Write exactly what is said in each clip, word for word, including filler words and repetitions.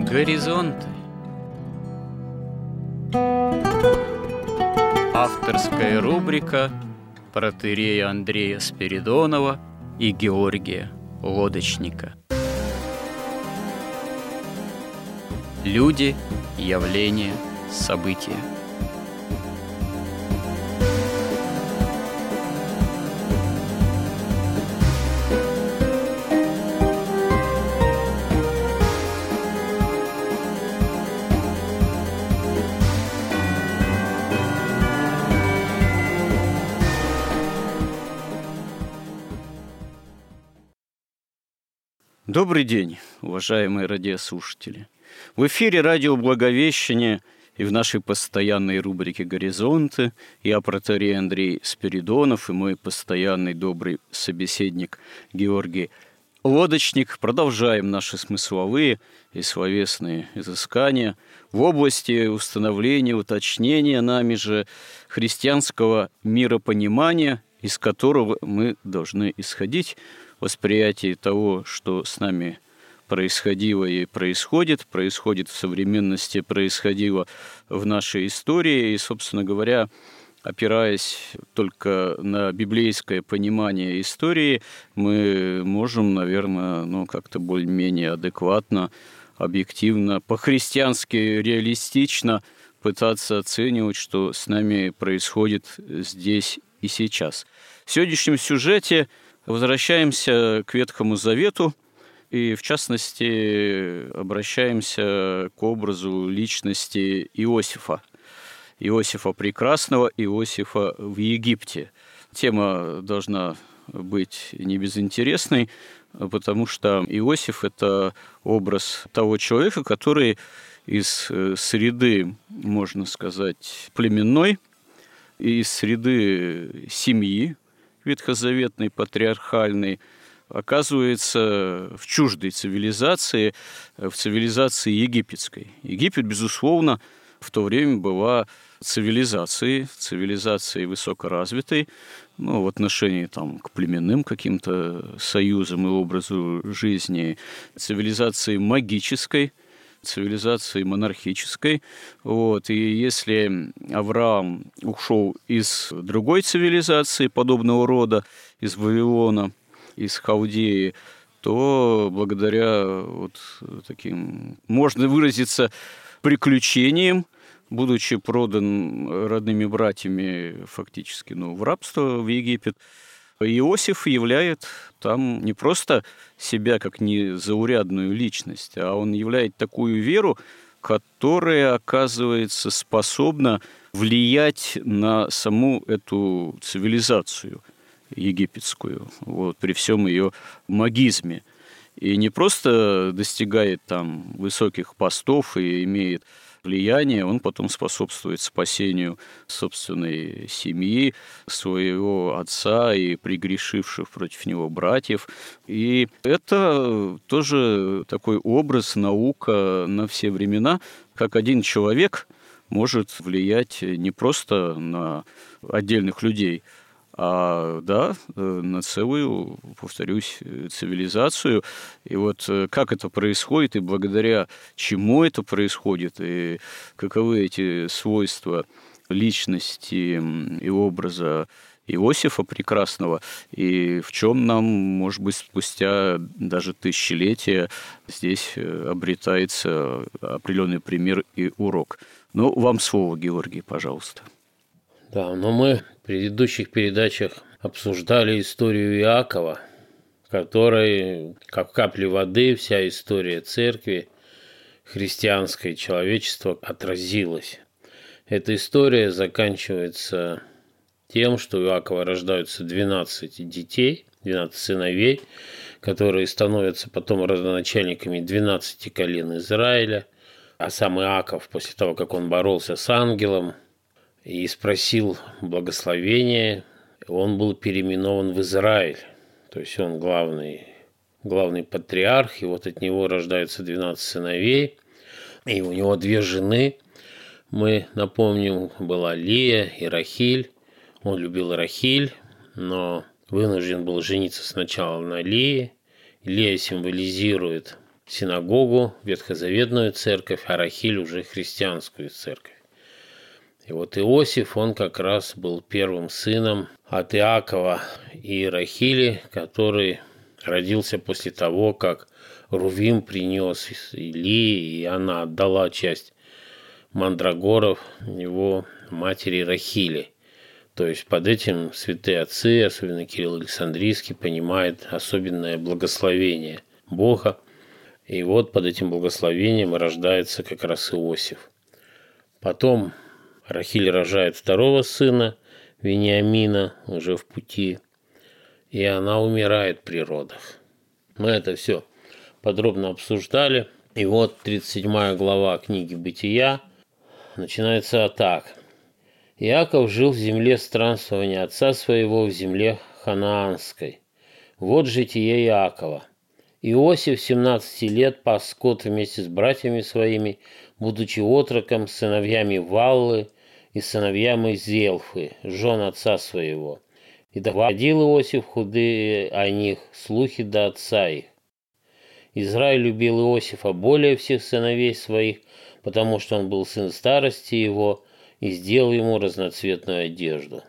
Горизонты. Авторская рубрика протоиерея Андрея Спиридонова и Георгия Лодочника. Люди, явления, события. Добрый день, уважаемые радиослушатели. В эфире радио Благовещение и в нашей постоянной рубрике «Горизонты» я, протоиерей Андрей Спиридонов, и мой постоянный добрый собеседник Георгий Лодочник продолжаем наши смысловые и словесные изыскания в области установления, уточнения нами же христианского миропонимания, из которого мы должны исходить в восприятии того, что с нами происходило и происходит, происходит в современности, происходило в нашей истории. И, собственно говоря, опираясь только на библейское понимание истории, мы можем, наверное, ну, как-то более-менее адекватно, объективно, по-христиански реалистично пытаться оценивать, что с нами происходит здесь и сейчас. В сегодняшнем сюжете возвращаемся к Ветхому Завету и, в частности, обращаемся к образу личности Иосифа. Иосифа Прекрасного, Иосифа в Египте. Тема должна быть не безинтересной, потому что Иосиф – это образ того человека, который из среды, можно сказать, племенной, из среды семьи, ветхозаветной, патриархальной, оказывается в чуждой цивилизации, в цивилизации египетской. Египет, безусловно, в то время была цивилизацией, цивилизацией высокоразвитой, ну, в отношении там, к племенным каким-то союзам и образу жизни, цивилизацией магической, цивилизации монархической. Вот. И если Авраам ушел из другой цивилизации подобного рода, из Вавилона, из Халдеи, то благодаря вот таким, можно выразиться, приключениям, будучи продан родными братьями фактически ну, в рабство в Египет, Иосиф являет там не просто себя как незаурядную личность, а он являет такую веру, которая, оказывается, способна влиять на саму эту цивилизацию египетскую, вот, при всем ее магизме. И не просто достигает там высоких постов и имеет влияние, он потом способствует спасению собственной семьи, своего отца и прегрешивших против него братьев. И это тоже такой образ, наука на все времена, как один человек может влиять не просто на отдельных людей, а, да, на целую, повторюсь, цивилизацию. И вот как это происходит, и благодаря чему это происходит, и каковы эти свойства личности и образа Иосифа Прекрасного, и в чем нам, может быть, спустя даже тысячелетия здесь обретается определенный пример и урок. Ну, вам слово, Георгий, пожалуйста. Да, но мы в предыдущих передачах обсуждали историю Иакова, в которой, как капли воды, вся история церкви, христианское человечество отразилась. Эта история заканчивается тем, что у Иакова рождаются двенадцать детей, двенадцать сыновей, которые становятся потом родоначальниками двенадцати колен Израиля. А сам Иаков, после того, как он боролся с ангелом и спросил благословения, он был переименован в Израиль. То есть он главный, главный патриарх, и вот от него рождаются двенадцать сыновей, и у него две жены. Мы напомним, была Лия и Рахиль. Он любил Рахиль, но вынужден был жениться сначала на Лии. Лия символизирует синагогу, ветхозаветную церковь, а Рахиль уже христианскую церковь. И вот Иосиф, он как раз был первым сыном от Иакова и Рахили, который родился после того, как Рувим принес Илии, и она отдала часть мандрагоров его матери Рахили. То есть под этим святые отцы, особенно Кирилл Александрийский, понимают особенное благословение Бога. И вот под этим благословением рождается как раз Иосиф. Потом Рахиль рожает второго сына, Вениамина, уже в пути, и она умирает при родах. Мы это все подробно обсуждали. И вот тридцать седьмая глава книги «Бытия» начинается так. Иаков жил в земле странствования отца своего, в земле ханаанской. Вот житие Иакова. Иосиф семнадцати лет пас скот вместе с братьями своими, будучи отроком, с сыновьями Валлы и сыновьями Зелфы, жен отца своего. И доходил Иосиф худые о них слухи до отца их. Израиль любил Иосифа более всех сыновей своих, потому что он был сын старости его, и сделал ему разноцветную одежду.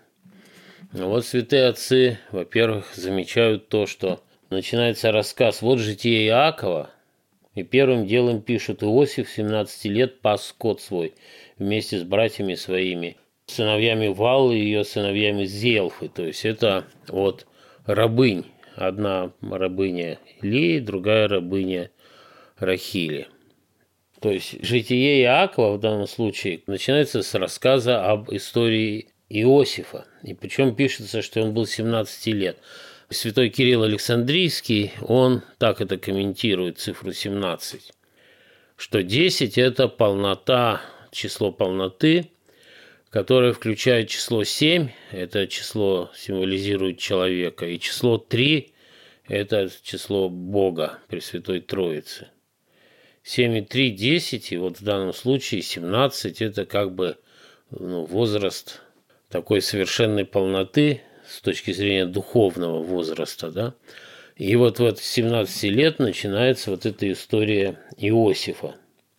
Вот святые отцы, во-первых, замечают то, что начинается рассказ «Вот житие Иакова», и первым делом пишут: Иосиф семнадцати лет пас скот свой вместе с братьями своими, сыновьями Валлы и ее сыновьями Зелфы. То есть это вот рабынь. Одна рабыня Илии, другая рабыня Рахили. То есть житие Иакова в данном случае начинается с рассказа об истории Иосифа. И причем пишется, что он был семнадцати лет. Святой Кирилл Александрийский, он так это комментирует, цифру семнадцать, что десять – это полнота, число полноты, которое включает число семь, это число символизирует человека, и число три – это число Бога, Пресвятой Троицы. семь и три – десять, и вот в данном случае семнадцать – это как бы ну, возраст такой совершенной полноты с точки зрения духовного возраста, да. И вот в семнадцати лет начинается вот эта история Иосифа.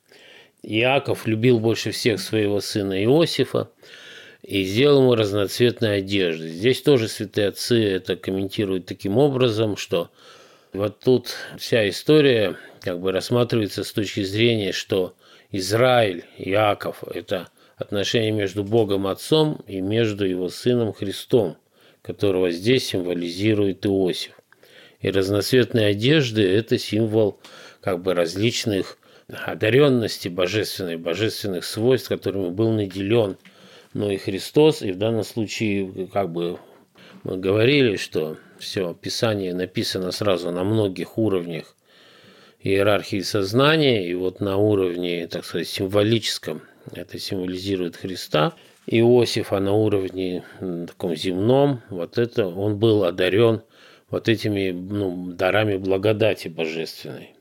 Иаков любил больше всех своего сына Иосифа и сделал ему разноцветные одежды. Здесь тоже святые отцы это комментируют таким образом, что вот тут вся история как бы рассматривается с точки зрения, что Израиль, Иаков – это отношение между Богом Отцом и между его сыном Христом, которого здесь символизирует Иосиф. И разноцветные одежды – это символ как бы различных одаренностей божественной, божественных свойств, которыми был наделен, но и Христос. И в данном случае как бы мы говорили, что все Писание написано сразу на многих уровнях иерархии сознания, и вот на уровне, так сказать, символическом это символизирует Христа. Иосиф, а на уровне таком земном, вот это он был одарен вот этими ну, дарами благодати божественной.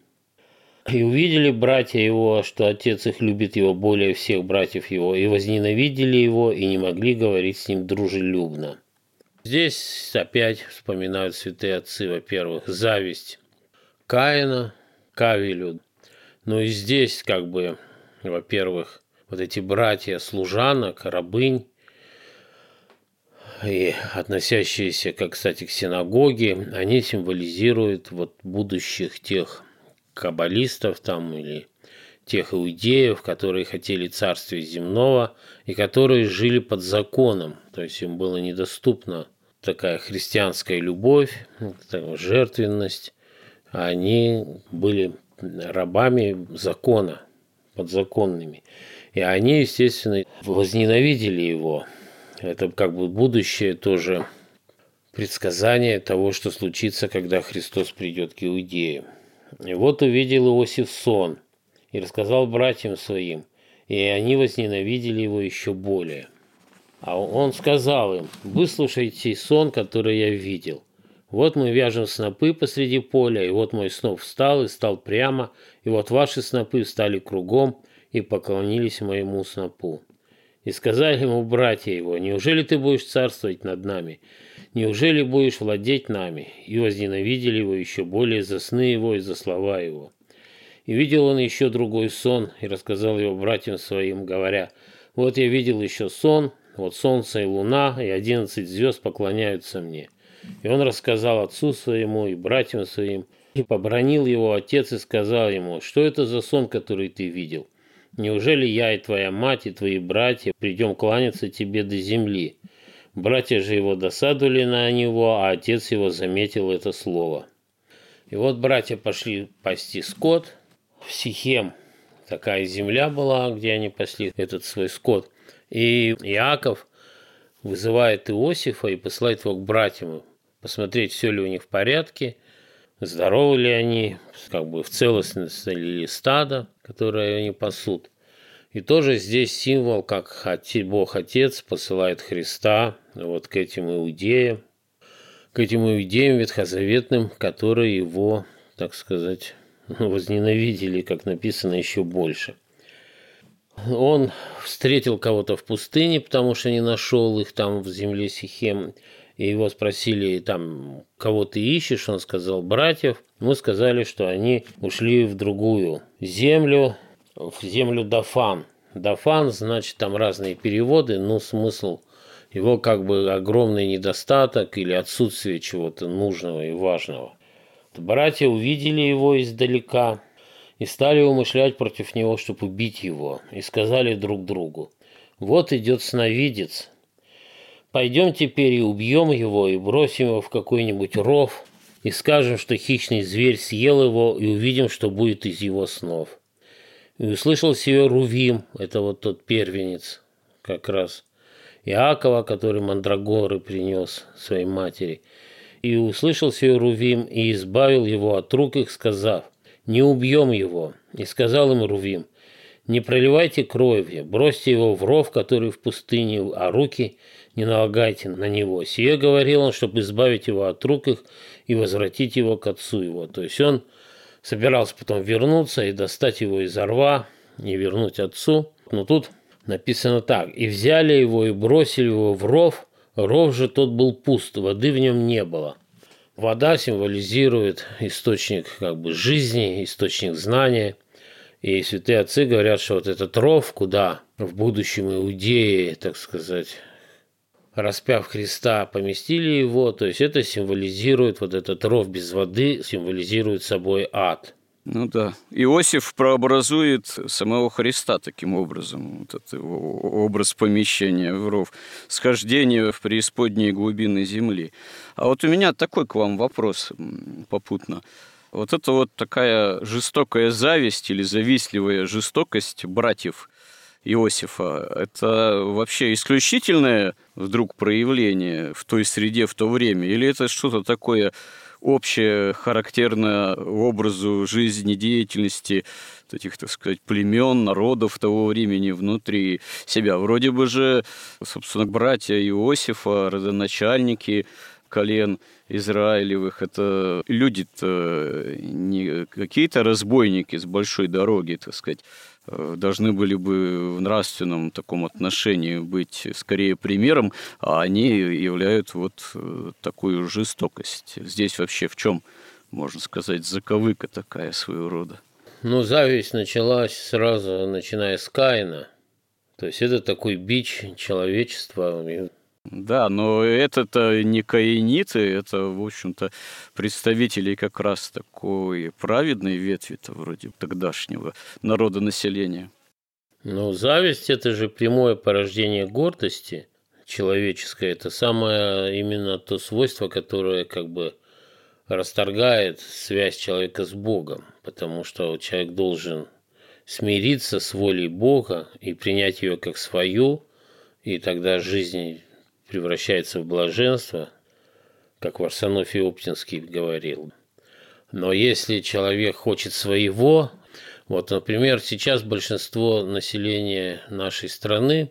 И увидели братья его, что отец их любит его более всех братьев его, и возненавидели его, и не могли говорить с ним дружелюбно. Здесь опять вспоминают святые отцы, во-первых, зависть Каина к Авелю. Но и здесь, как бы, во-первых, вот эти братья служанок, рабынь, и относящиеся, как, кстати, к синагоге, они символизируют вот будущих тех каббалистов там или тех иудеев, которые хотели царствия земного и которые жили под законом, то есть им было недоступна такая христианская любовь, жертвенность, а они были рабами закона, подзаконными. И они, естественно, возненавидели его. Это как бы будущее тоже предсказание того, что случится, когда Христос придет к иудеям. И вот увидел Иосиф сон и рассказал братьям своим, и они возненавидели его еще более. А он сказал им: «Выслушайте сон, который я видел. Вот мы вяжем снопы посреди поля, и вот мой сноп встал и стал прямо, и вот ваши снопы встали кругом и поклонились моему снопу. И сказали ему братья его: неужели ты будешь царствовать над нами? Неужели будешь владеть нами?» И возненавидели его еще более за сны его и за слова его. И видел он еще другой сон, и рассказал его братьям своим, говоря: вот я видел еще сон, вот солнце и луна, и одиннадцать звезд поклоняются мне. И он рассказал отцу своему и братьям своим, и побранил его отец и сказал ему: что это за сон, который ты видел? Неужели я и твоя мать, и твои братья придем кланяться тебе до земли? Братья же его досадовали на него, а отец его заметил это слово. И вот братья пошли пасти скот в Сихем. Такая земля была, где они пасли этот свой скот. И Иаков вызывает Иосифа и посылает его к братьям, посмотреть, все ли у них в порядке, здоровы ли они, как бы в целостности ли стадо, которое они пасут. И тоже здесь символ, как Бог Отец посылает Христа вот к этим иудеям, к этим иудеям ветхозаветным, которые его, так сказать, возненавидели, как написано, еще больше. Он встретил кого-то в пустыне, потому что не нашел их там в земле Сихем. И его спросили, там, кого ты ищешь? Он сказал: братьев. Мы сказали, что они ушли в другую землю, в землю Дафан. Дафан, значит, там разные переводы, но смысл его как бы огромный недостаток или отсутствие чего-то нужного и важного. Братья увидели его издалека и стали умышлять против него, чтобы убить его, и сказали друг другу: вот идет сновидец, пойдем теперь и убьем его, и бросим его в какой-нибудь ров, и скажем, что хищный зверь съел его, и увидим, что будет из его снов. И услышал сие Рувим, это вот тот первенец, как раз Иакова, который мандрагоры принес своей матери. И услышал сие Рувим, и избавил его от рук их, сказав: не убьем его. И сказал им Рувим: не проливайте крови, бросьте его в ров, который в пустыне, а руки не налагайте на него. Сие говорил он, чтобы избавить его от рук их и возвратить его к отцу его. То есть он собирался потом вернуться и достать его из рва и вернуть отцу. Но тут написано так: и взяли его и бросили его в ров, ров же тот был пуст, воды в нем не было. Вода символизирует источник как бы жизни, источник знания. И святые отцы говорят, что вот этот ров, куда в будущем иудеи, так сказать, распяв Христа, поместили его, то есть это символизирует, вот этот ров без воды символизирует собой ад. Ну да. Иосиф прообразует самого Христа таким образом. Вот этот его образ помещения в ров, схождение в преисподние глубины земли. А вот у меня такой к вам вопрос попутно. Вот это вот такая жестокая зависть или завистливая жестокость братьев Иосифа, это вообще исключительное вдруг проявление в той среде, в то время? Или это что-то такое общее, характерное образу жизнедеятельности этих, так сказать, племен, народов того времени внутри себя? Вроде бы же, собственно, братья Иосифа, родоначальники колен израилевых, это люди-то не какие-то разбойники с большой дороги, так сказать, должны были бы в нравственном таком отношении быть скорее примером, а они являют вот такую жестокость. Здесь вообще в чем, можно сказать, заковыка такая своего рода? Ну, зависть началась сразу, начиная с Каина. То есть это такой бич человечества. Да, но это-то не каиниты, это, в общем-то, представители как раз такой праведной ветви-то вроде тогдашнего народонаселения. Но зависть – это же прямое порождение гордости человеческой. Это самое именно то свойство, которое как бы расторгает связь человека с Богом, потому что человек должен смириться с волей Бога и принять ее как свою, и тогда жизнь превращается в блаженство, как Варсонофий Оптинский говорил. Но если человек хочет своего, вот, например, сейчас большинство населения нашей страны,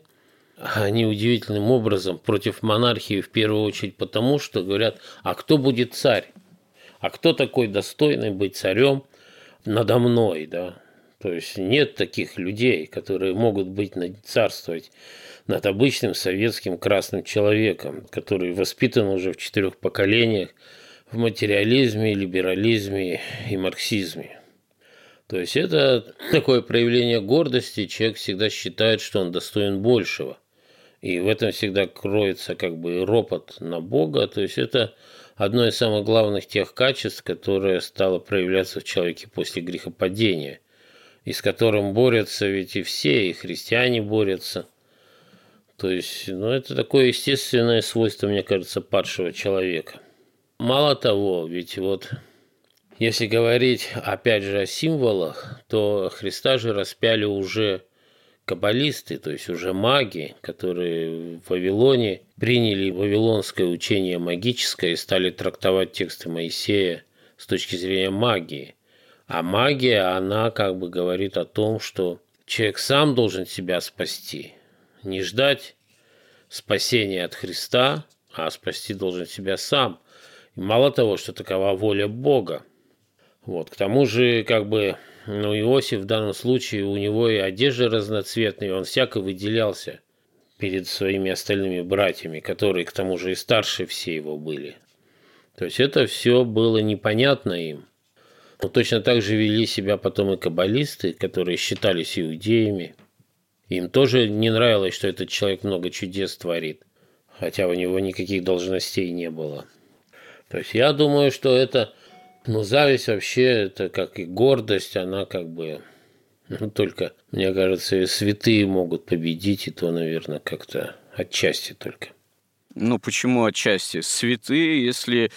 они удивительным образом против монархии в первую очередь потому, что говорят: а кто будет царь? А кто такой достойный быть царем надо мной, да? То есть нет таких людей, которые могут быть царствовать над обычным советским красным человеком, который воспитан уже в четырех поколениях в материализме, либерализме и марксизме. То есть это такое проявление гордости, человек всегда считает, что он достоин большего. И в этом всегда кроется как бы ропот на Бога. То есть это одно из самых главных тех качеств, которое стало проявляться в человеке после грехопадения, и с которым борются ведь и все, и христиане борются. То есть, ну, это такое естественное свойство, мне кажется, падшего человека. Мало того, ведь вот если говорить опять же о символах, то Христа же распяли уже каббалисты, то есть уже маги, которые в Вавилоне приняли вавилонское учение магическое и стали трактовать тексты Моисея с точки зрения магии. А магия, она как бы говорит о том, что человек сам должен себя спасти, не ждать спасения от Христа, а спасти должен себя сам. И мало того, что такова воля Бога. Вот. К тому же, как бы, ну, Иосиф в данном случае, у него и одежда разноцветная, он всяко выделялся перед своими остальными братьями, которые, к тому же, и старше все его были. То есть это все было непонятно им. Но точно так же вели себя потом и каббалисты, которые считались иудеями. Им тоже не нравилось, что этот человек много чудес творит, хотя у него никаких должностей не было. То есть я думаю, что это... Но зависть вообще, это как и гордость, она как бы, ну, только, мне кажется, и святые могут победить, и то, наверное, как-то отчасти только. Ну, почему отчасти? Святые, если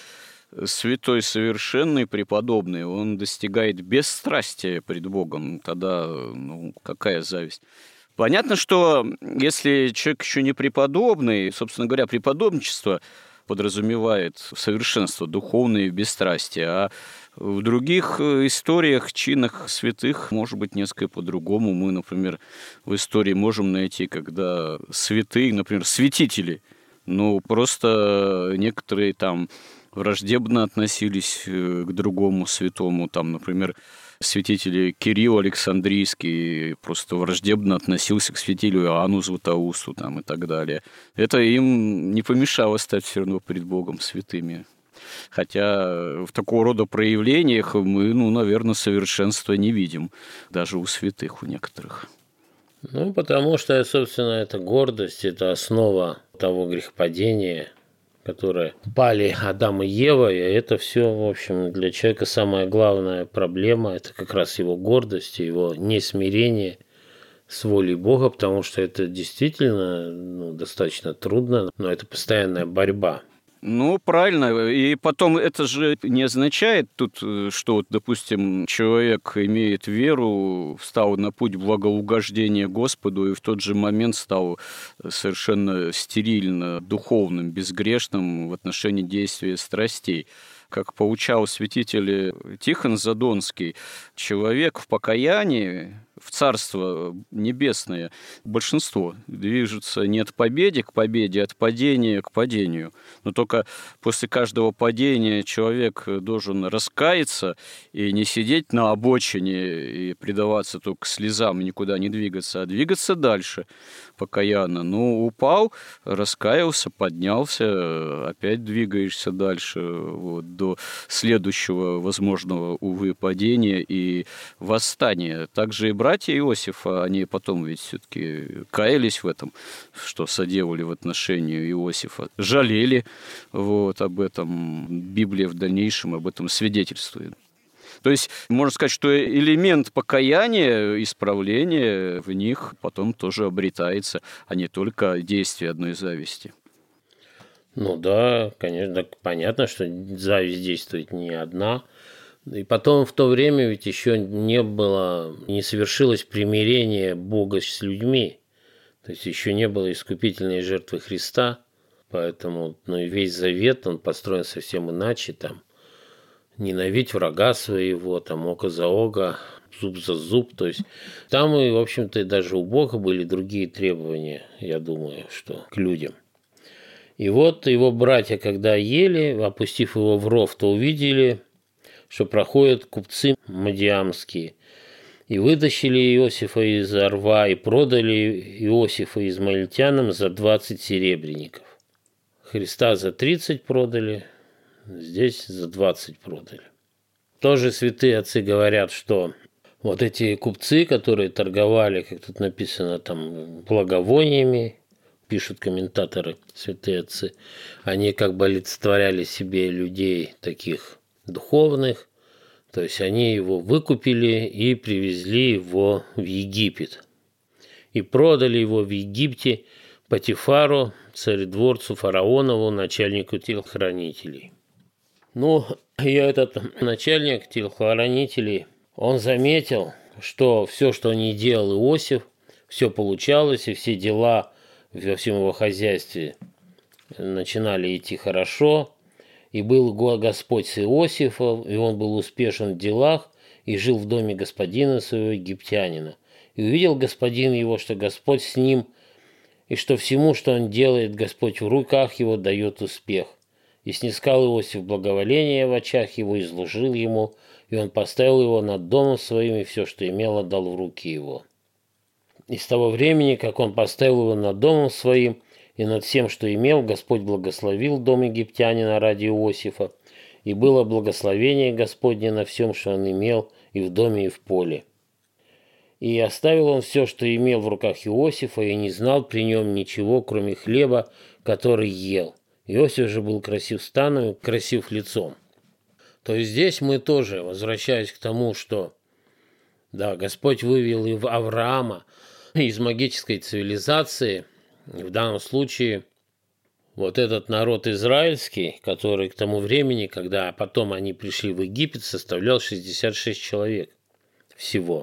святой совершенный, преподобный, он достигает бесстрастия пред Богом, тогда, ну, какая зависть? Понятно, что если человек еще не преподобный, собственно говоря, преподобничество подразумевает совершенство духовное и бесстрастие, а в других историях, чинах святых, может быть, несколько по-другому. Мы, например, в истории можем найти, когда святые, например, святители, ну, просто некоторые там враждебно относились к другому святому, там, например, святитель Кирилл Александрийский просто враждебно относился к святителю Иоанну Златоусту там, и так далее. Это им не помешало стать все равно пред Богом святыми. Хотя в такого рода проявлениях мы, ну, наверное, совершенства не видим, даже у святых, у некоторых. Ну, потому что, собственно, это гордость, это основа того грехопадения, которые пали Адам и Ева, и это все, в общем, для человека самая главная проблема, это как раз его гордость, его несмирение с волей Бога, потому что это действительно, ну, достаточно трудно, но это постоянная борьба. Ну, правильно. И потом это же не означает тут, что, вот, допустим, человек имеет веру, встал на путь благоугождения Господу и в тот же момент стал совершенно стерильно духовным, безгрешным в отношении действия страстей. Как поучал святитель Тихон Задонский, человек в покаянии, в Царство Небесное, большинство движется не от победы к победе, а от падения к падению. Но только после каждого падения человек должен раскаяться и не сидеть на обочине и предаваться только слезам и никуда не двигаться, а двигаться дальше покаянно. Ну, упал, раскаялся, поднялся, опять двигаешься дальше, вот, до следующего возможного, увы, падения и восстания. Также и братья Иосифа, они потом ведь все-таки каялись в этом, что соделали в отношении Иосифа, жалели вот об этом. Библия в дальнейшем об этом свидетельствует. То есть, можно сказать, что элемент покаяния, исправления в них потом тоже обретается, а не только действие одной зависти. Ну да, конечно, понятно, что зависть действует не одна. И потом в то время ведь еще не было, не совершилось примирение Бога с людьми. То есть еще не было искупительной жертвы Христа. Поэтому, ну, и весь завет, он построен совсем иначе. Там ненавидь врага своего, там око за око, зуб за зуб. То есть там, и, в общем-то, даже у Бога были другие требования, я думаю, что к людям. И вот его братья, когда ели, опустив его в ров, то увидели, что проходят купцы мадиамские, и вытащили Иосифа из рва и продали Иосифа измаильтянам за двадцать серебряников. Христа за тридцать продали, здесь за двадцать продали. Тоже святые отцы говорят, что Вот эти купцы, которые торговали, как тут написано, там, благовониями, пишут комментаторы, святые отцы, они как бы олицетворяли себе людей таких духовных, то есть они его выкупили и привезли его в Египет. И продали его в Египте Патифару, царедворцу фараонову, начальнику телохранителей. Ну, и этот начальник телохранителей, он заметил, что все, что не делал Иосиф, все получалось, и все дела во всем его хозяйстве начинали идти хорошо. И был Господь с Иосифом, и он был успешен в делах, и жил в доме господина своего египтянина. И увидел господин его, что Господь с ним, и что всему, что он делает, Господь в руках его дает успех. И снискал Иосиф благоволение в очах его, и служил ему, и он поставил его над домом своим, и все, что имел, отдал в руки его. И с того времени, как он поставил его над домом своим, и над всем, что имел, Господь благословил дом египтянина ради Иосифа, и было благословение Господне на всем, что он имел, и в доме, и в поле. И оставил он все, что имел в руках Иосифа, и не знал при нем ничего, кроме хлеба, который ел. Иосиф же был красив станом, красив лицом. То есть здесь мы тоже, возвращаясь к тому, что да, Господь вывел и Авраама из магической цивилизации, в данном случае вот этот народ израильский, который к тому времени, когда потом они пришли в Египет, составлял шестьдесят шесть человек всего.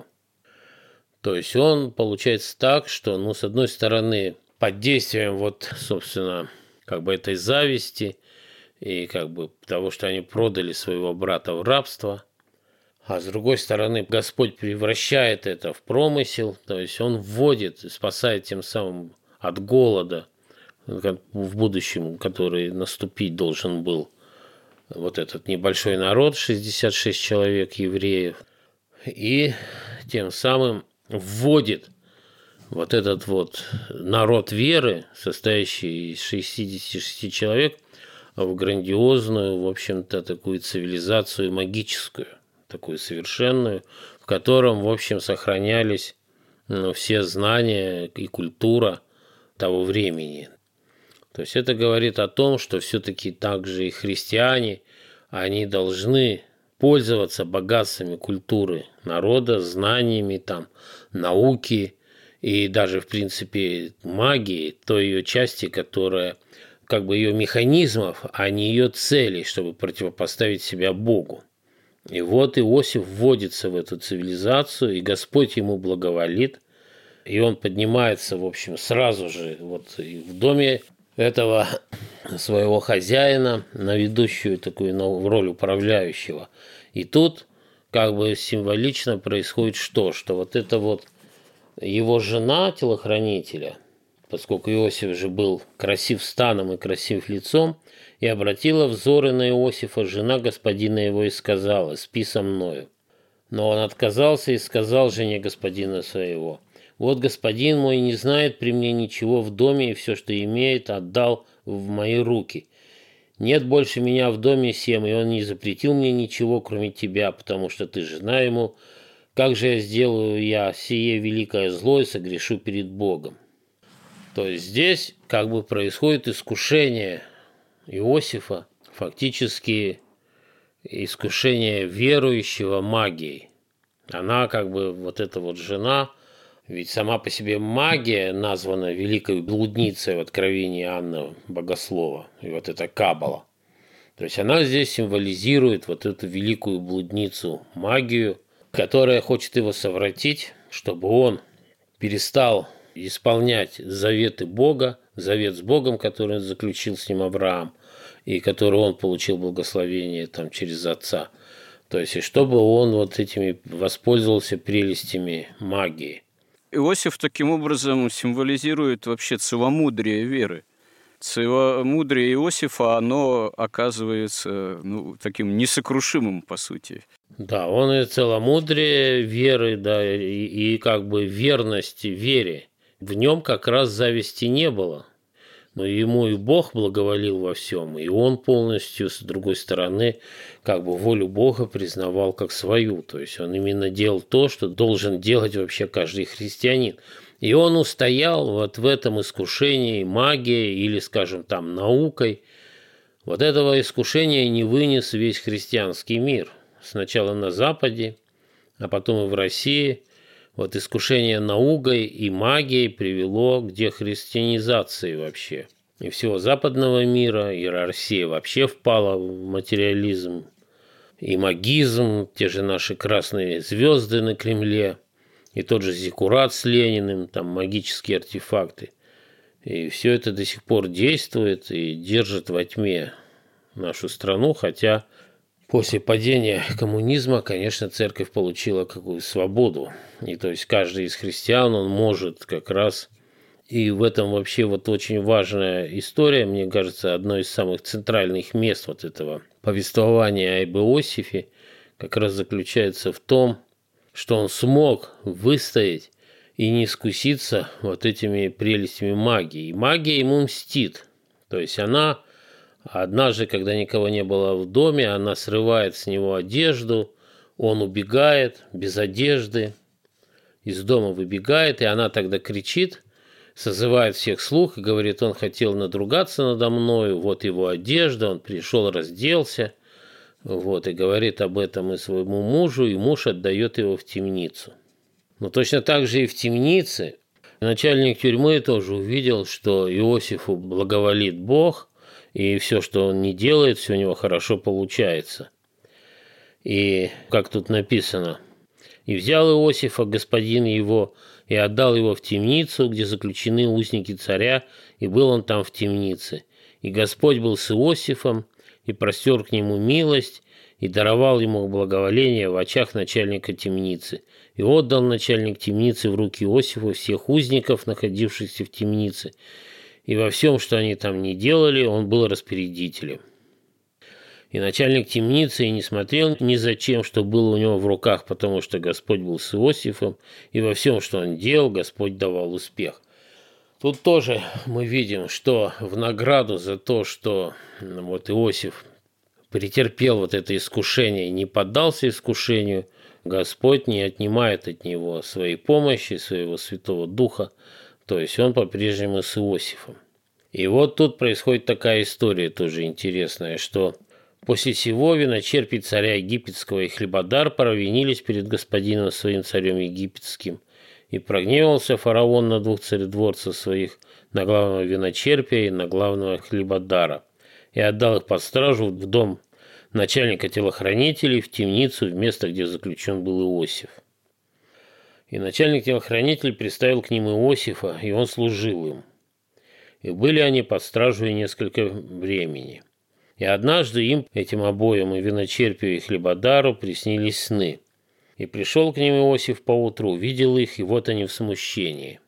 То есть он получается так, что, ну, с одной стороны, под действием вот, собственно, как бы этой зависти и как бы того, что они продали своего брата в рабство, а с другой стороны, Господь превращает это в промысел, то есть он вводит, спасает тем самым от голода в будущем, который наступить должен был вот этот небольшой народ, шестьдесят шесть человек евреев, и тем самым вводит вот этот вот народ веры, состоящий из шестидесяти шести человек, в грандиозную, в общем-то, такую цивилизацию магическую, такую совершенную, в котором, в общем, сохранялись, ну, все знания и культура того времени. То есть это говорит о том, что все-таки также и христиане, они должны пользоваться богатствами культуры народа, знаниями, там, науки и даже, в принципе, магии, той ее части, которая, как бы ее механизмов, а не ее целей, чтобы противопоставить себя Богу. И вот Иосиф вводится в эту цивилизацию, и Господь ему благоволит, и он поднимается, в общем, сразу же вот в доме этого своего хозяина на ведущую такую роль управляющего. И тут как бы символично происходит что? Что вот это вот его жена телохранителя, поскольку Иосиф же был красив станом и красив лицом, и обратила взоры на Иосифа жена господина его и сказала: «Спи со мною». Но он отказался и сказал жене господина своего: «Вот господин мой не знает при мне ничего в доме, и все, что имеет, отдал в мои руки. Нет больше меня в доме сем, и он не запретил мне ничего, кроме тебя, потому что ты жена ему. Как же я сделаю я сие великое зло и согрешу перед Богом?» То есть здесь как бы происходит искушение Иосифа, фактически искушение верующего магией. Она как бы, вот эта вот жена, ведь сама по себе магия названа великой блудницей в Откровении Иоанна Богослова, и вот эта Каббала. То есть она здесь символизирует вот эту великую блудницу, магию, которая хочет его совратить, чтобы он перестал исполнять заветы Бога, завет с Богом, который заключил с ним Авраам, и который он получил благословение там через отца. То есть, и чтобы он вот этими воспользовался прелестями магии. Иосиф таким образом символизирует вообще целомудрие веры. Целомудрие Иосифа, оно оказывается, ну, таким несокрушимым, по сути. Да, он и целомудрие веры, да, и, и как бы верности вере. В нем как раз зависти не было. Но ему и Бог благоволил во всем, и он полностью, с другой стороны, как бы волю Бога признавал как свою. То есть он именно делал то, что должен делать вообще каждый христианин. И он устоял вот в этом искушении магией или, скажем, там, наукой. Вот этого искушения не вынес весь христианский мир. Сначала на Западе, а потом и в России. Вот искушение наукой и магией привело к дехристианизации вообще. И всего западного мира, и Россия вообще впала в материализм, и магизм, те же наши красные звезды на Кремле, и тот же зиккурат с Лениным, там магические артефакты. И все это до сих пор действует и держит во тьме нашу страну, хотя после падения коммунизма, конечно, церковь получила какую свободу. И то есть каждый из христиан, он может как раз, и в этом вообще вот очень важная история, мне кажется, одно из самых центральных мест вот этого повествования об Иосифе как раз заключается в том, что он смог выстоять и не искуситься вот этими прелестями магии. И магия ему мстит. То есть она однажды, когда никого не было в доме, она срывает с него одежду, он убегает без одежды, из дома выбегает, и она тогда кричит, созывает всех слуг и говорит, он хотел надругаться надо мною, вот его одежда, он пришел, разделся, вот, и говорит об этом и своему мужу, и муж отдает его в темницу. Но точно так же и в темнице начальник тюрьмы тоже увидел, что Иосифу благоволит Бог, и все, что он не делает, все у него хорошо получается. И как тут написано, «И взял Иосифа господин его, и отдал его в темницу, где заключены узники царя, и был он там в темнице. И Господь был с Иосифом, и простер к нему милость, и даровал ему благоволение в очах начальника темницы. И отдал начальник темницы в руки Иосифа всех узников, находившихся в темнице, и во всем, что они там не делали, он был распорядителем. И начальник темницы и не смотрел ни за чем, что было у него в руках, потому что Господь был с Иосифом, и во всем, что он делал, Господь давал успех». Тут тоже мы видим, что в награду за то, что вот Иосиф претерпел вот это искушение и не поддался искушению, Господь не отнимает от него своей помощи, своего Святого Духа, то есть он по-прежнему с Иосифом. И вот тут происходит такая история тоже интересная, что после сего виночерпий царя египетского и хлебодар провинились перед господином своим царем египетским. И прогневался фараон на двух царедворцев своих, на главного виночерпия и на главного хлебодара, и отдал их под стражу в дом начальника телохранителей, в темницу, в место, где заключен был Иосиф. И начальник телохранителей приставил к ним Иосифа, и он служил им. И были они под стражей несколько времени. И однажды им, этим обоим, и виночерпию, и хлебодару, приснились сны. И пришел к ним Иосиф поутру, видел их, и вот они в смущении.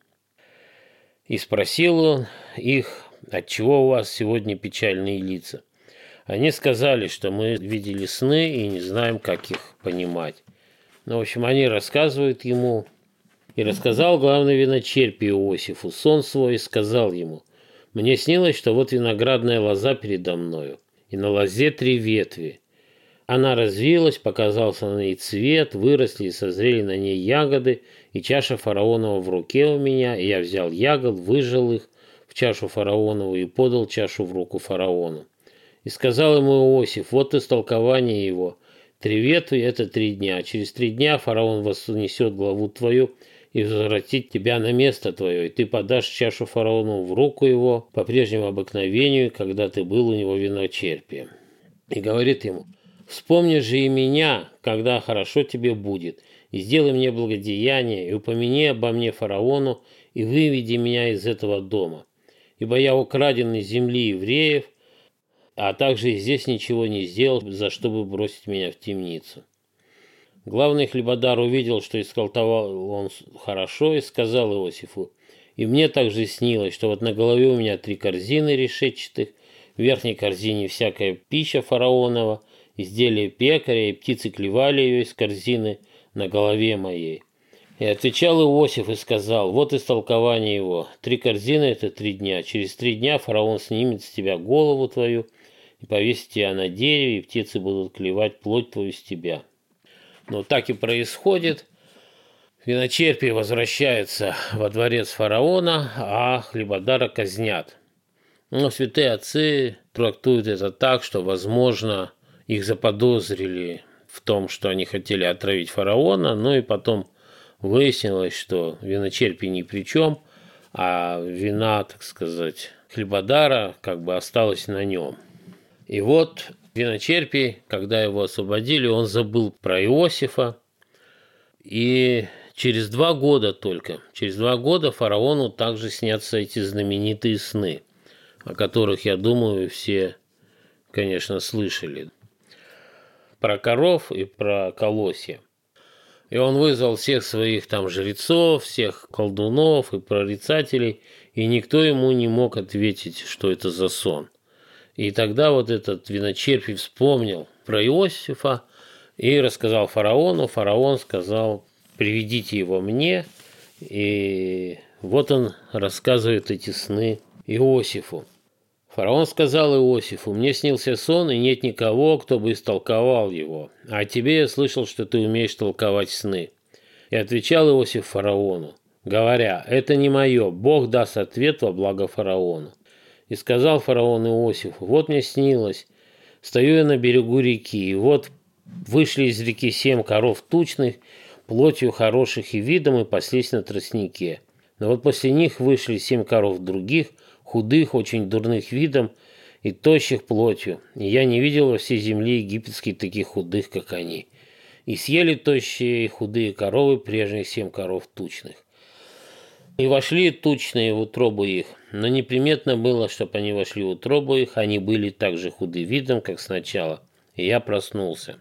И спросил он их, отчего у вас сегодня печальные лица? Они сказали, что мы видели сны и не знаем, как их понимать. Ну, в общем, они рассказывают ему. И рассказал главный виночерпий Иосифу сон свой и сказал ему: «Мне снилось, что вот виноградная лоза передо мною, и на лозе три ветви. Она развилась, показался на ней цвет, выросли и созрели на ней ягоды, и чаша фараонова в руке у меня, и я взял ягод, выжал их в чашу фараонову и подал чашу в руку фараону. И сказал ему Иосиф: вот истолкование его. Три ветви – это три дня. Через три дня фараон вознесет главу твою и возвратит тебя на место твое, и ты подашь чашу фараону в руку его по прежнему обыкновению, когда ты был у него виночерпием. И говорит ему: вспомни же и меня, когда хорошо тебе будет, и сделай мне благодеяние, и упомяни обо мне фараону, и выведи меня из этого дома. Ибо я украден из земли евреев, а также и здесь ничего не сделал, за что бы бросить меня в темницу». Главный хлебодар увидел, что исколтовал он хорошо, и сказал Иосифу: «И мне также снилось, что вот на голове у меня три корзины решетчатых, в верхней корзине всякая пища фараонова, изделие пекаря, и птицы клевали ее из корзины на голове моей. И отвечал Иосиф и сказал: вот истолкование его. Три корзины – это три дня. Через три дня фараон снимет с тебя голову твою и повесит тебя на дереве, и птицы будут клевать плоть твою с тебя. Но так и происходит. Виночерпий возвращается во дворец фараона, а хлебодара казнят. Но святые отцы трактуют это так, что, возможно, их заподозрили в том, что они хотели отравить фараона, ну и потом выяснилось, что виночерпий ни при чем, а вина, так сказать, хлебодара как бы осталась на нем. И вот виночерпий, когда его освободили, он забыл про Иосифа, и через два года только, через два года фараону также снятся эти знаменитые сны, о которых, я думаю, все, конечно, слышали. Про коров и про колосья. И он вызвал всех своих там жрецов, всех колдунов и прорицателей, и никто ему не мог ответить, что это за сон. И тогда вот этот виночерпий вспомнил про Иосифа и рассказал фараону. Фараон сказал: приведите его мне. И вот он рассказывает эти сны Иосифу. Фараон сказал Иосифу: мне снился сон, и нет никого, кто бы истолковал его. А тебе я слышал, что ты умеешь толковать сны. И отвечал Иосиф фараону, говоря: это не мое, Бог даст ответ во благо фараону. И сказал фараон Иосифу: вот мне снилось, стою я на берегу реки, и вот вышли из реки семь коров тучных, плотью хороших и видом, и паслись на тростнике. Но вот после них вышли семь коров других, худых, очень дурных видом и тощих плотью, и я не видел во всей земле египетской таких худых, как они. И съели тощие и худые коровы прежних семь коров тучных. И вошли тучные в утробу их, но неприметно было, чтобы они вошли в утробу их, они были так же худы видом, как сначала, и я проснулся.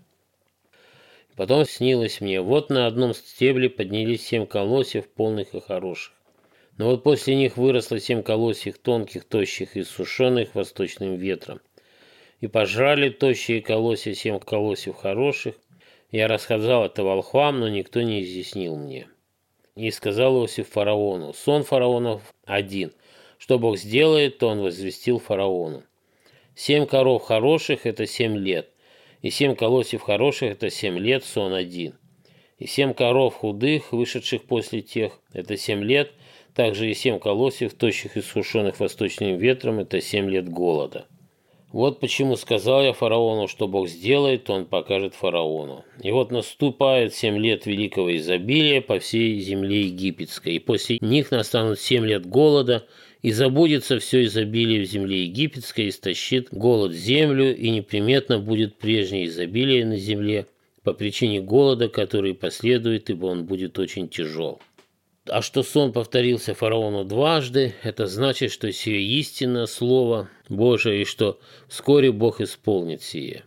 Потом снилось мне: вот на одном стебле поднялись семь колосьев, полных и хороших. Но вот после них выросло семь колосьев тонких, тощих и сушеных восточным ветром. И пожрали тощие колосья семь колосьев хороших. Я рассказал это волхвам, но никто не изъяснил мне. И сказал Иосиф фараону: сон фараонов один. Что Бог сделает, то он возвестил фараону. Семь коров хороших – это семь лет. И семь колосьев хороших – это семь лет, сон один. И семь коров худых, вышедших после тех – это семь лет. Также и семь колосьев, тощих и сушеных восточным ветром – это семь лет голода. Вот почему сказал я фараону, что Бог сделает, то он покажет фараону. И вот наступает семь лет великого изобилия по всей земле египетской, и после них настанут семь лет голода, и забудется все изобилие в земле египетской, и истощит голод землю, и неприметно будет прежнее изобилие на земле по причине голода, который последует, ибо он будет очень тяжел. А что сон повторился фараону дважды, это значит, что сие истинно Слово Божие, и что вскоре Бог исполнит сие.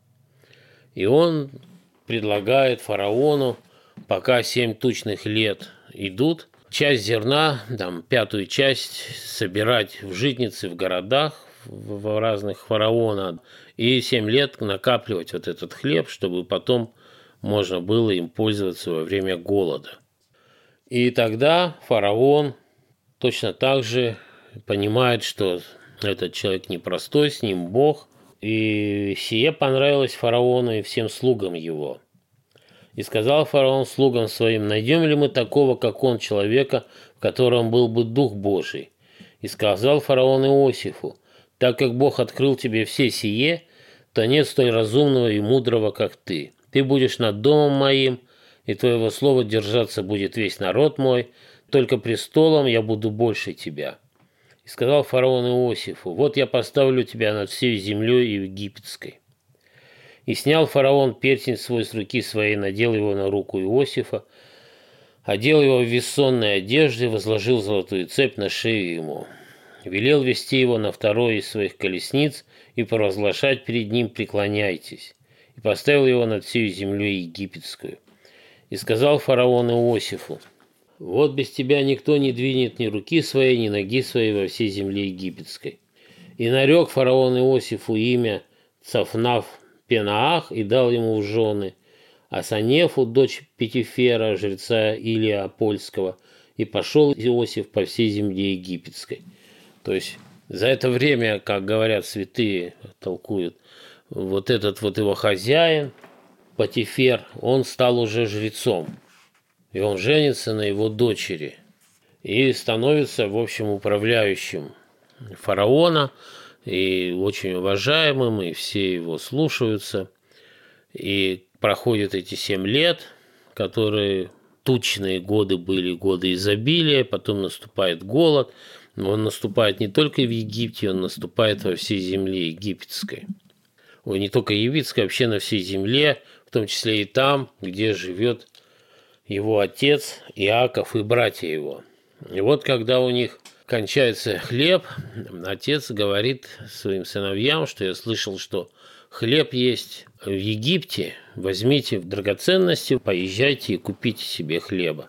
И он предлагает фараону, пока семь тучных лет идут, часть зерна, там, пятую часть собирать в житницы в городах, в разных фараона, и семь лет накапливать вот этот хлеб, чтобы потом можно было им пользоваться во время голода. И тогда фараон точно так же понимает, что этот человек непростой, с ним Бог, и сие понравилось фараону и всем слугам его. И сказал фараон слугам своим: найдем ли мы такого, как он, человека, в котором был бы Дух Божий? И сказал фараон Иосифу: так как Бог открыл тебе все сие, то нет столь разумного и мудрого, как ты. Ты будешь над домом моим, и твоего слова держаться будет весь народ мой, только престолом я буду больше тебя. И сказал фараон Иосифу: вот я поставлю тебя над всей землей и египетской. И снял фараон перстень свой с руки своей, надел его на руку Иосифа, одел его в вессонной одежды, возложил золотую цепь на шею ему. Велел вести его на второй из своих колесниц и провозглашать перед ним: преклоняйтесь. И поставил его над всей землей египетскую. И сказал фараон Иосифу: вот без тебя никто не двинет ни руки своей, ни ноги своей во всей земле египетской. И нарек фараон Иосифу имя Цафнаф Пенаах и дал ему в жены, Асанефу, дочь Петифера, жреца Илия Польского, и пошел Иосиф по всей земле египетской. То есть за это время, как говорят святые, толкуют, вот этот вот его хозяин, Патифер, он стал уже жрецом. И он женится на его дочери. И становится, в общем, управляющим фараона, и очень уважаемым, и все его слушаются. И проходят эти семь лет, которые тучные годы были, годы изобилия, потом наступает голод. Но он наступает не только в Египте, он наступает во всей земле египетской. Ой, не только египетской, а вообще на всей земле, в том числе и там, где живет его отец Иаков и братья его. И вот когда у них кончается хлеб, отец говорит своим сыновьям, что я слышал, что хлеб есть в Египте, возьмите драгоценности, поезжайте и купите себе хлеба.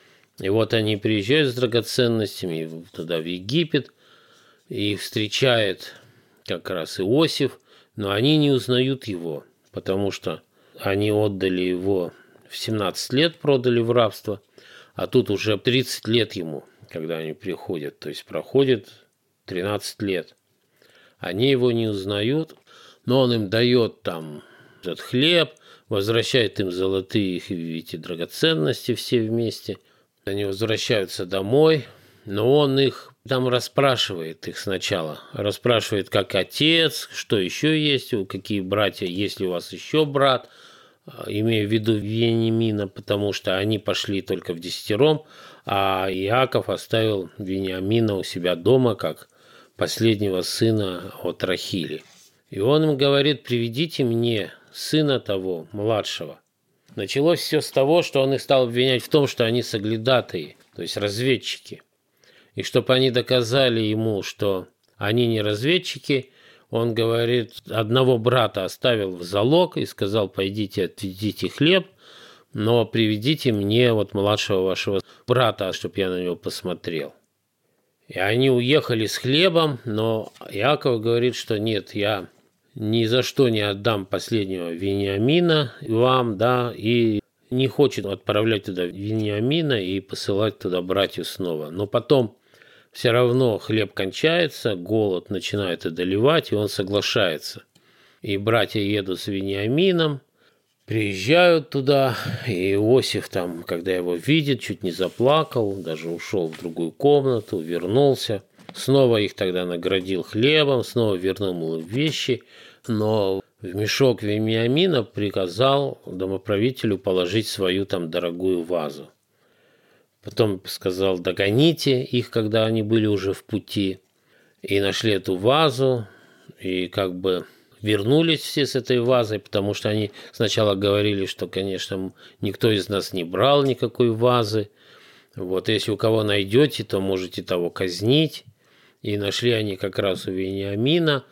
И вот они приезжают с драгоценностями туда, в Египет, и встречает как раз Иосиф, но они не узнают его, потому что они отдали его в семнадцать лет, продали в рабство, а тут уже тридцать лет ему, когда они приходят, то есть проходит тринадцать лет. Они его не узнают, но он им дает там этот хлеб, возвращает им золотые эти драгоценности все вместе. Они возвращаются домой, но он их там расспрашивает их сначала. Расспрашивает, как отец, что еще есть, какие братья, есть ли у вас еще брат, имея в виду Вениамина, потому что они пошли только в десятером, а Иаков оставил Вениамина у себя дома, как последнего сына от Рахили. И он им говорит: приведите мне сына того, младшего. Началось все с того, что он их стал обвинять в том, что они соглядатые, то есть разведчики. И чтобы они доказали ему, что они не разведчики, он говорит, одного брата оставил в залог и сказал: пойдите, отведите хлеб, но приведите мне вот младшего вашего брата, чтобы я на него посмотрел. И они уехали с хлебом, но Иаков говорит, что нет, я ни за что не отдам последнего Вениамина вам, да, и не хочет отправлять туда Вениамина и посылать туда братьев снова. Но потом все равно хлеб кончается, голод начинает одолевать, и он соглашается. И братья едут с Вениамином, приезжают туда, и Иосиф там, когда его видит, чуть не заплакал, даже ушел в другую комнату, вернулся. Снова их тогда наградил хлебом, снова вернул им вещи, но в мешок Вениамина приказал домоправителю положить свою там дорогую вазу. Потом сказал: догоните их, когда они были уже в пути, и нашли эту вазу, и как бы вернулись все с этой вазой, потому что они сначала говорили, что, конечно, никто из нас не брал никакой вазы. Вот если у кого найдете, то можете того казнить. И нашли они как раз у Вениамина.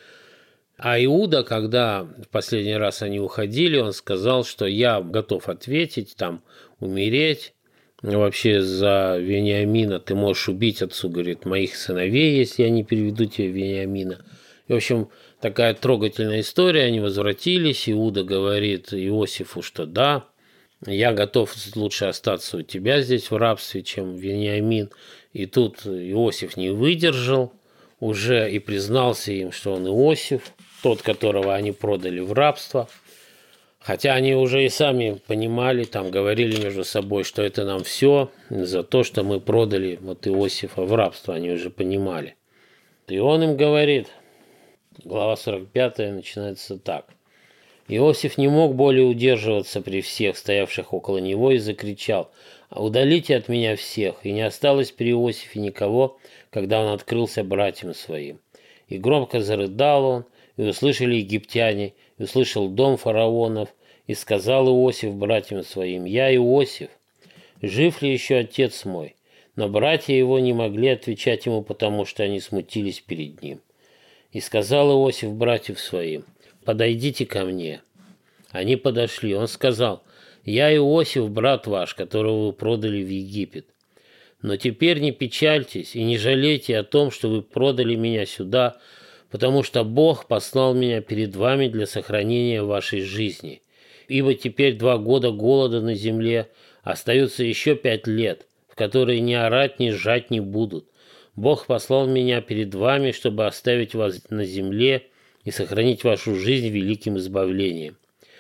А Иуда, когда в последний раз они уходили, он сказал, что я готов ответить, там, умереть. Вообще за Вениамина ты можешь убить, отцу, говорит, моих сыновей, если я не переведу тебе Вениамина. И, в общем, такая трогательная история. Они возвратились. Иуда говорит Иосифу, что да, я готов лучше остаться у тебя здесь в рабстве, чем Вениамин. И тут Иосиф не выдержал уже и признался им, что он Иосиф, тот, которого они продали в рабство. Хотя они уже и сами понимали, там говорили между собой, что это нам все за то, что мы продали вот Иосифа в рабство, они уже понимали. И он им говорит, глава сорок пятая начинается так. Иосиф не мог более удерживаться при всех стоявших около него и закричал: «Удалите от меня всех!» И не осталось при Иосифе никого, когда он открылся братьям своим. И громко зарыдал он, и услышали египтяне, и услышал дом фараонов, и сказал Иосиф братьям своим: «Я Иосиф, жив ли еще отец мой?» Но братья его не могли отвечать ему, потому что они смутились перед ним. И сказал Иосиф братьев своим: «Подойдите ко мне». Они подошли. Он сказал: «Я Иосиф, брат ваш, которого вы продали в Египет. Но теперь не печальтесь и не жалейте о том, что вы продали меня сюда, потому что Бог послал меня перед вами для сохранения вашей жизни. ибо теперь два года голода на земле, остается еще пять лет, в которые ни орать, ни жать не будут. Бог послал меня перед вами, чтобы оставить вас на земле и сохранить вашу жизнь великим избавлением.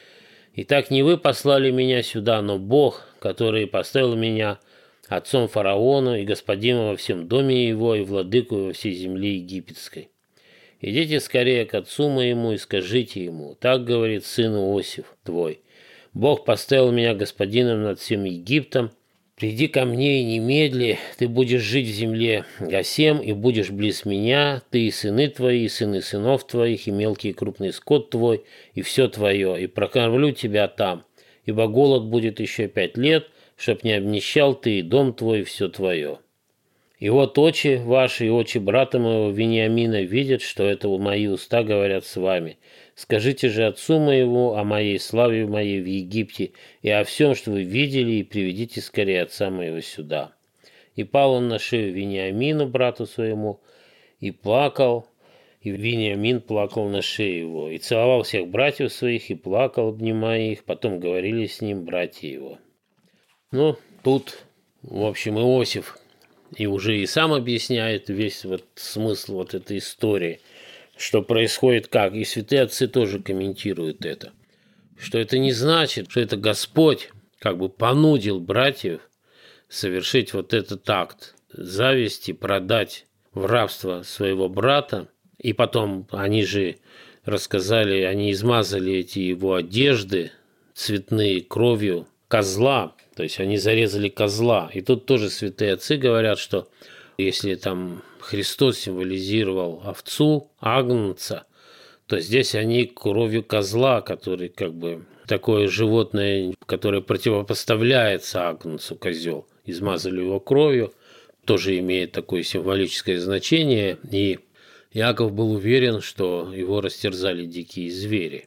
Итак, не вы послали меня сюда, но Бог, который поставил меня отцом фараону и господином во всем доме его и владыку во всей земле египетской. Идите скорее к отцу моему и скажите ему, так говорит сын Иосиф твой. Бог поставил меня господином над всем Египтом. Приди ко мне и немедли, ты будешь жить в земле Госем и будешь близ меня, ты и сыны твои, и сыны сынов твоих, и мелкий и крупный скот твой, и все твое, и прокормлю тебя там, ибо голод будет еще пять лет, чтоб не обнищал ты и дом твой, и все твое. И вот очи ваши и очи брата моего Вениамина видят, что это мои уста говорят с вами. Скажите же отцу моему о моей славе моей в Египте и о всем, что вы видели, и приведите скорее отца моего сюда». И пал он на шею Вениамину, брату своему, и плакал, и Вениамин плакал на шее его, и целовал всех братьев своих, и плакал, обнимая их, потом говорили с ним братья его. Ну, тут, в общем, Иосиф и уже и сам объясняет весь вот смысл вот этой истории, что происходит как, и святые отцы тоже комментируют это, что это не значит, что это Господь как бы понудил братьев совершить вот этот акт зависти, продать в рабство своего брата, и потом они же рассказали, они измазали эти его одежды цветные кровью козла, то есть они зарезали козла. И тут тоже святые отцы говорят, что если там Христос символизировал овцу, агнца, то здесь они кровью козла, который как бы такое животное, которое противопоставляется агнцу, козел, измазали его кровью, тоже имеет такое символическое значение, и Иаков был уверен, что его растерзали дикие звери.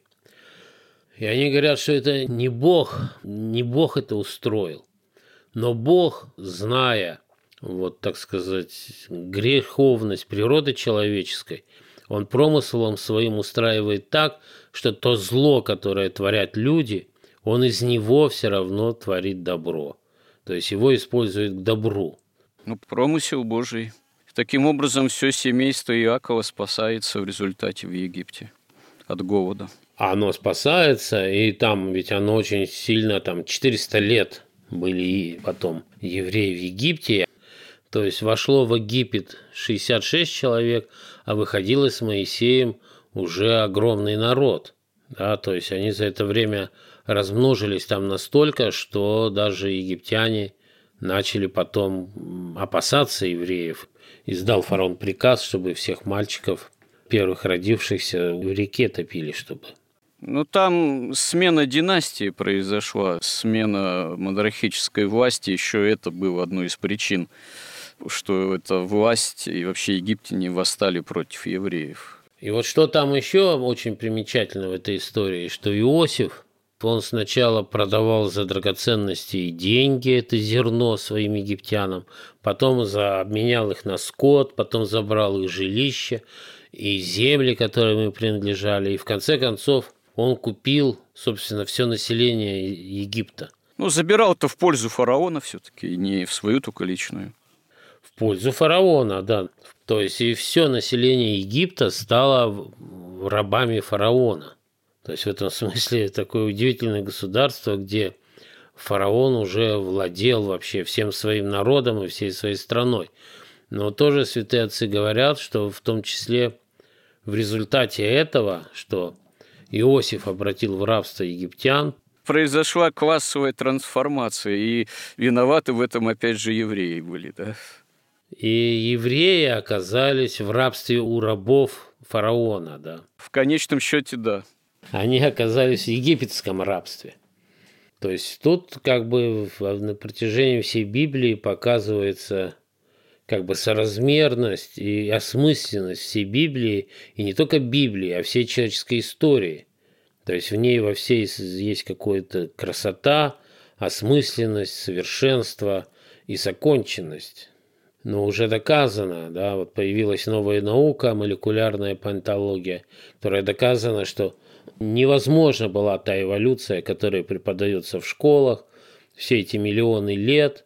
И они говорят, что это не Бог, не Бог это устроил, но Бог, зная, вот так сказать, греховность природы человеческой, Он промыслом своим устраивает так, что то зло, которое творят люди, Он из него все равно творит добро. То есть его использует к добру. Ну, промысел Божий. Таким образом, все семейство Иакова спасается в результате в Египте от голода. Оно спасается, и там ведь оно очень сильно, там четыреста лет были и потом евреи в Египте. То есть вошло в Египет шестьдесят шесть человек, а выходило с Моисеем уже огромный народ. Да, то есть они за это время размножились там настолько, что даже египтяне начали потом опасаться евреев. Издал фараон приказ, чтобы всех мальчиков, первых родившихся, в реке топили, чтобы... Ну, там смена династии произошла, смена монархической власти, еще это было одной из причин, что эта власть и вообще египтяне восстали против евреев. И вот что там еще очень примечательно в этой истории, что Иосиф, он сначала продавал за драгоценности и деньги, это зерно, своим египтянам, потом за, обменял их на скот, потом забрал их жилища и земли, которые ему принадлежали, и в конце концов он купил, собственно, все население Египта. Ну, забирал-то в пользу фараона все-таки, не в свою только личную. В пользу фараона, да. То есть и все население Египта стало рабами фараона. То есть в этом смысле такое удивительное государство, где фараон уже владел вообще всем своим народом и всей своей страной. Но тоже святые отцы говорят, что в том числе в результате этого, что Иосиф обратил в рабство египтян, произошла классовая трансформация, и виноваты в этом опять же евреи были, да? И евреи оказались в рабстве у рабов фараона, да. В конечном счете, да. Они оказались в египетском рабстве. То есть тут как бы на протяжении всей Библии показывается как бы соразмерность и осмысленность всей Библии, и не только Библии, а всей человеческой истории. То есть в ней во всей есть какая-то красота, осмысленность, совершенство и законченность. Но уже доказано, да, вот появилась новая наука, молекулярная палеонтология, которая доказана, что невозможна была та эволюция, которая преподается в школах все эти миллионы лет,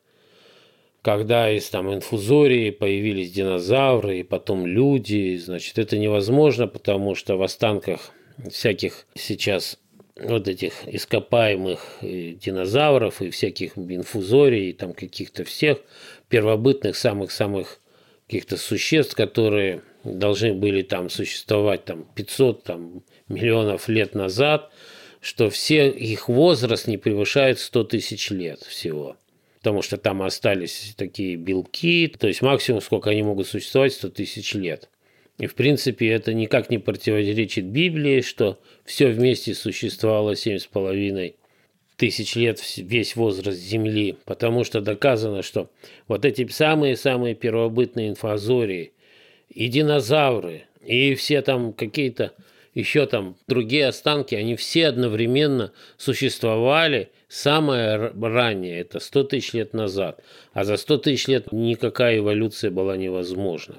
когда из там инфузории появились динозавры и потом люди. Значит, это невозможно, потому что в останках всяких сейчас вот этих ископаемых динозавров и всяких инфузорий, и там каких-то всех первобытных самых-самых каких-то существ, которые должны были там существовать там пятьсот там, миллионов лет назад, что все их возраст не превышает сто тысяч лет всего. Потому что там остались такие белки, то есть максимум, сколько они могут существовать, сто тысяч лет. И, в принципе, это никак не противоречит Библии, что все вместе существовало семь с половиной тысяч лет, весь возраст Земли, потому что доказано, что вот эти самые-самые первобытные инфузории и динозавры, и все там какие-то еще там другие останки, они все одновременно существовали самое раннее, это сто тысяч лет назад. А за сто тысяч лет никакая эволюция была невозможна.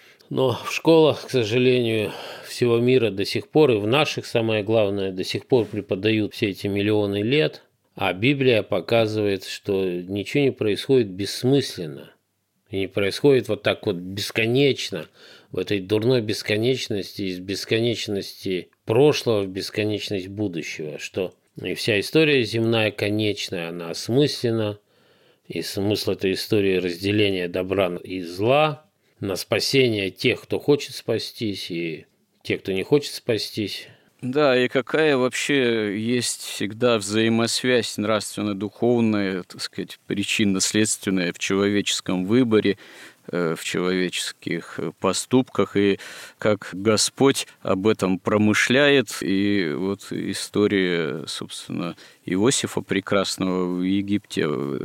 Но в школах, к сожалению, всего мира до сих пор, и в наших, самое главное, до сих пор преподают все эти миллионы лет, а Библия показывает, что ничего не происходит бессмысленно. И не происходит вот так вот бесконечно, в этой дурной бесконечности, из бесконечности прошлого в бесконечность будущего, что и вся история земная конечная, она осмыслена, и смысл этой истории разделения добра и зла на спасение тех, кто хочет спастись, и тех, кто не хочет спастись. Да, и какая вообще есть всегда взаимосвязь нравственно-духовная, так сказать, причинно-следственная в человеческом выборе, в человеческих поступках, и как Господь об этом промышляет. И вот история, собственно, Иосифа Прекрасного в Египте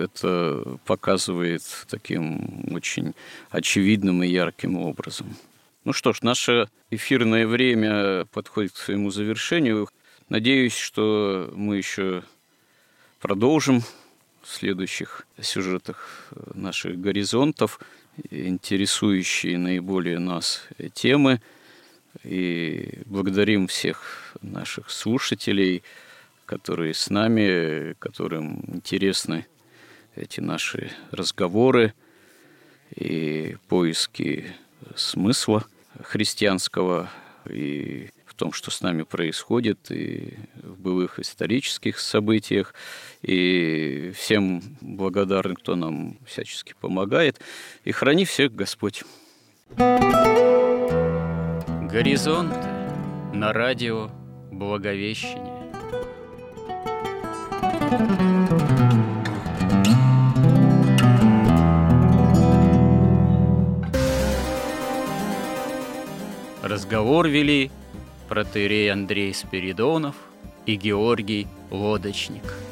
это показывает таким очень очевидным и ярким образом. Ну что ж, наше эфирное время подходит к своему завершению. Надеюсь, что мы еще продолжим в следующих сюжетах наших горизонтов интересующие наиболее нас темы. И благодарим всех наших слушателей, которые с нами, которым интересны эти наши разговоры и поиски смысла христианского и в том, что с нами происходит, и в былых исторических событиях. И всем благодарны, кто нам всячески помогает. И храни всех Господь. Горизонт на радио Благовещение. Разговор вели протоиерей Андрей Спиридонов и Георгий Лодочник.